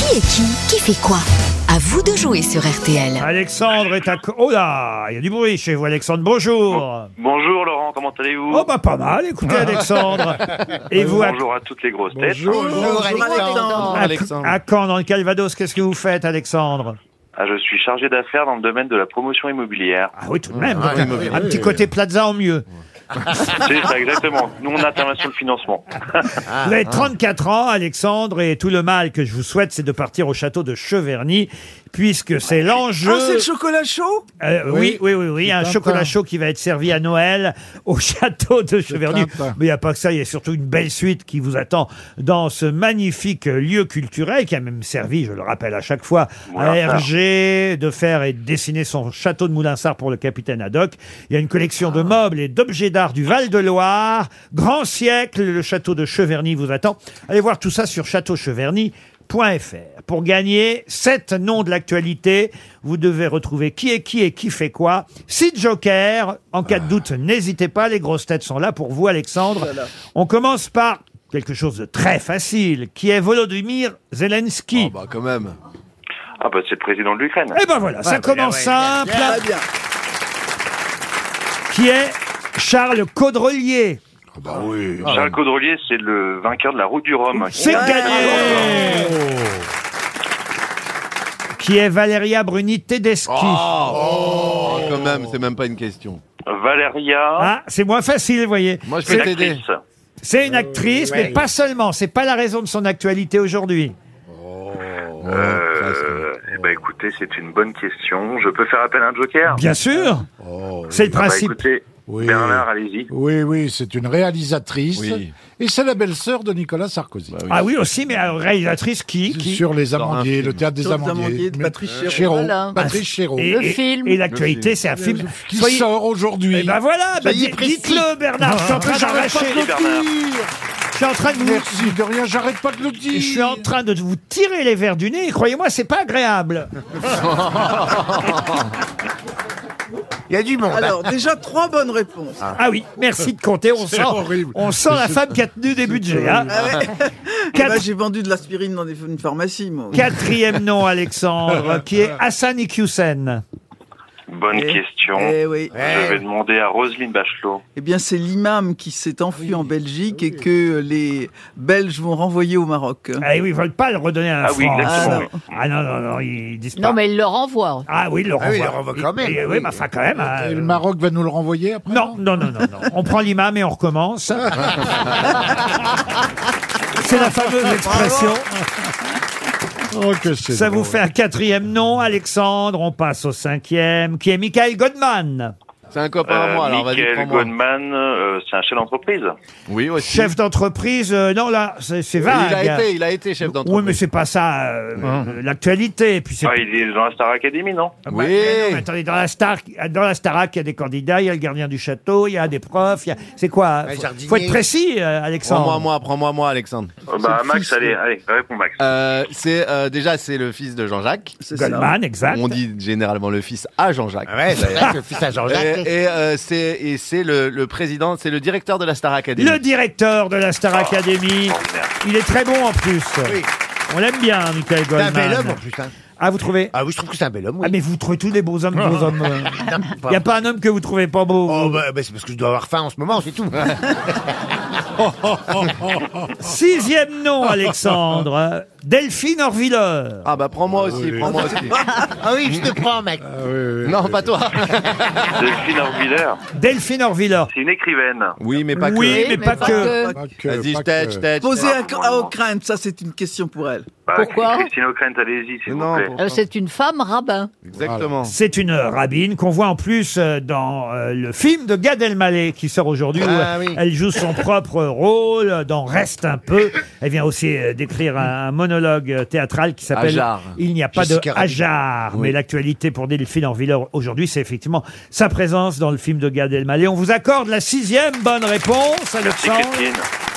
est qui fait quoi? À vous de jouer sur RTL. Alexandre est à... Oh là, il y a du bruit chez vous, Alexandre. Bonjour. Bonjour Laurent, comment allez-vous? Oh bah pas mal, écoutez Alexandre. Et vous, Bonjour à toutes les grosses têtes. Bonjour Alexandre. à Caen, dans le Calvados, qu'est-ce que vous faites, Alexandre? Je suis chargé d'affaires dans le domaine de la promotion immobilière. Ah oui, tout de même. Un petit côté Plaza en mieux. C'est ça, exactement. Nous, on intervient sur le financement. Vous avez 34 ans, Alexandre, et tout le mal que je vous souhaite, c'est de partir au château de Cheverny, puisque c'est l'enjeu... Ah, c'est le chocolat chaud? Oui, un chocolat chaud qui va être servi à Noël au château de Cheverny. Mais il n'y a pas que ça, il y a surtout une belle suite qui vous attend dans ce magnifique lieu culturel, qui a même servi, je le rappelle à chaque fois, à Hergé de faire et de dessiner son château de Moulinsart pour le capitaine Haddock. Il y a une collection de meubles et d'objets d'art du Val-de-Loire. Grand siècle, le château de Cheverny vous attend. Allez voir tout ça sur châteaucheverny.fr. Pour gagner 7 noms de l'actualité, vous devez retrouver qui est qui et qui fait quoi. 6 jokers. En cas de doute, n'hésitez pas, les grosses têtes sont là pour vous, Alexandre. On commence par quelque chose de très facile, qui est Volodymyr Zelensky. Oh bah quand même. Ah bah c'est le président de l'Ukraine. Et ben voilà, ça commence simple. Qui est Charles Caudrelier. Bah oui. Charles Caudrelier, c'est le vainqueur de la route du Rhum. C'est gagné. Qui est Valeria Bruni Tedeschi. Quand même, c'est même pas une question. Valéria, Ah, c'est moins facile, vous voyez. Moi je c'est peux t'aider. l'actrice. C'est une actrice, mais pas seulement. C'est pas la raison de son actualité aujourd'hui. Eh ben écoutez, c'est une bonne question. Je peux faire appel à un joker? Bien sûr. C'est le Ah bah principe. écoutez, Oui. Bernard, allez-y. Oui, c'est une réalisatrice. Oui. Et c'est la belle-sœur de Nicolas Sarkozy. Ah oui, aussi, mais réalisatrice qui Sur Les Amandiers, film. le théâtre des Sur Les Amandiers. Amandiers de Mais- Patrice Chéreau. Chéreau. Voilà. Patrice Chéreau. Et l'actualité, c'est un film Qui sort aujourd'hui. Et ben voilà, Ça y est, précis. dites-le Bernard, je suis en train J'arrête pas d'arracher. de le Bernard. dire. Je suis en train de vous... Merci de rien, j'arrête pas de le dire. Je suis en train de vous tirer les verres du nez, et croyez-moi, c'est pas agréable. Il y a du monde. Alors, déjà 3 bonnes réponses. Ah oui, merci de compter, C'est horrible. on sent la femme qui a tenu des budgets. Hein. Quatre- J'ai vendu de l'aspirine dans une pharmacie, moi. Quatrième nom, Alexandre, qui est Hassan Iqiyoussen. Bonne question. Oui. Je vais demander à Roselyne Bachelot. Eh bien, c'est l'imam qui s'est enfui en Belgique et que les Belges vont renvoyer au Maroc. Ah oui, ils veulent pas le redonner à la Ah oui, France. exactement. Ah non, ils disent pas. Non, mais il le renvoie. Ah oui, ils le renvoient. il le renvoie quand même. Oui, mais enfin quand même. Et le Maroc va nous le renvoyer après? Non. On prend l'imam et on recommence. C'est la fameuse expression. Oh, que c'est Ça vous drôle. fait un quatrième nom, Alexandre. On passe au cinquième, qui est Michael Godman. C'est un copain à moi, alors vas-y, Michael prends-moi. Goldman, c'est un chef d'entreprise. Oui, aussi. Chef d'entreprise, non là, c'est vague. Il a été chef d'entreprise. Oui, mais c'est pas ça l'actualité. Et puis c'est. Ah, il est dans la Star Academy, non? Ah bah, Oui. mais non, mais attendez, dans la Starac, il y a des candidats, il y a le gardien du château, il y a des profs, c'est quoi? Faut être précis, Alexandre. Prends-moi, Alexandre. Bah Max, allez, réponds Max. Déjà, c'est le fils de Jean-Jacques. Goldman, exact. On dit généralement le fils à Jean-Jacques. le fils à Jean-Jacques. C'est le président, c'est le directeur de la Star Academy. Le directeur de la Star Academy. Il est très bon en plus. On l'aime bien, Michael C'est un Goldman. bel homme en plus. Hein. Ah, vous trouvez? Ah oui, je trouve que c'est un bel homme. Oui. Ah, mais vous trouvez tous les beaux hommes, Il n'y a pas un homme que vous trouvez pas beau. Oh, bah, c'est parce que je dois avoir faim en ce moment, c'est tout. Sixième nom, Alexandre. Delphine Orviller. Ah bah prends-moi aussi. Ah oui, je te prends, mec. Non, pas toi. Delphine Orviller, Delphine Orviller. c'est une écrivaine. Oui, mais pas Oui, que. mais pas que. Vas-y, je t'aide. Posez à Ockrent, ça c'est une question pour elle. Bah, Pourquoi Christine O'Krent, allez-y, s'il vous Non, plaît. pour- C'est une femme rabbin. Exactement. C'est une rabbine qu'on voit en plus dans le film de Gad Elmaleh qui sort aujourd'hui où Ah oui. elle joue son propre rôle dans Reste un peu. Elle vient aussi d'écrire un monologue théâtral qui s'appelle Hajar. Il n'y a pas Jessica de Rabbit. Hajar. Mais l'actualité pour Delphine Orviller aujourd'hui, c'est effectivement sa présence dans le film de Gad Elmaleh. On vous accorde la sixième bonne réponse, Merci Alexandre. Christine.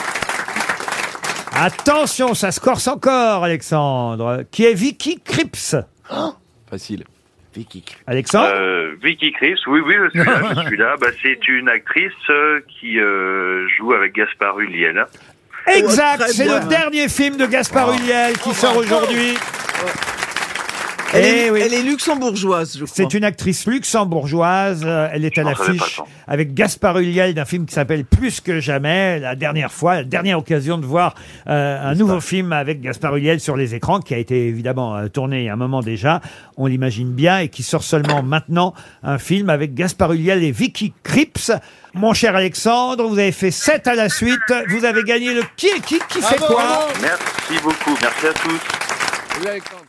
Attention, ça se corse encore, Alexandre. Qui est Vicky Krieps. Facile. Vicky. Alexandre Vicky Krieps, oui, je suis là. Bah, c'est une actrice qui joue avec Gaspard Ulliel. Exact, très c'est bien. le dernier film de Gaspard Ulliel qui sort aujourd'hui. Elle est luxembourgeoise, je crois. C'est une actrice luxembourgeoise. Elle est à J'en savais pas l'affiche tant. avec Gaspard Ulliel d'un film qui s'appelle Plus que jamais. La dernière occasion de voir un nouveau film avec Gaspard Ulliel sur les écrans, qui a été évidemment tourné il y a un moment déjà. On l'imagine bien, et qui sort seulement maintenant, un film avec Gaspard Ulliel et Vicky Krieps. Mon cher Alexandre, vous avez fait 7 à la suite. Vous avez gagné le qui est qui fait quoi. Merci beaucoup. Merci à tous.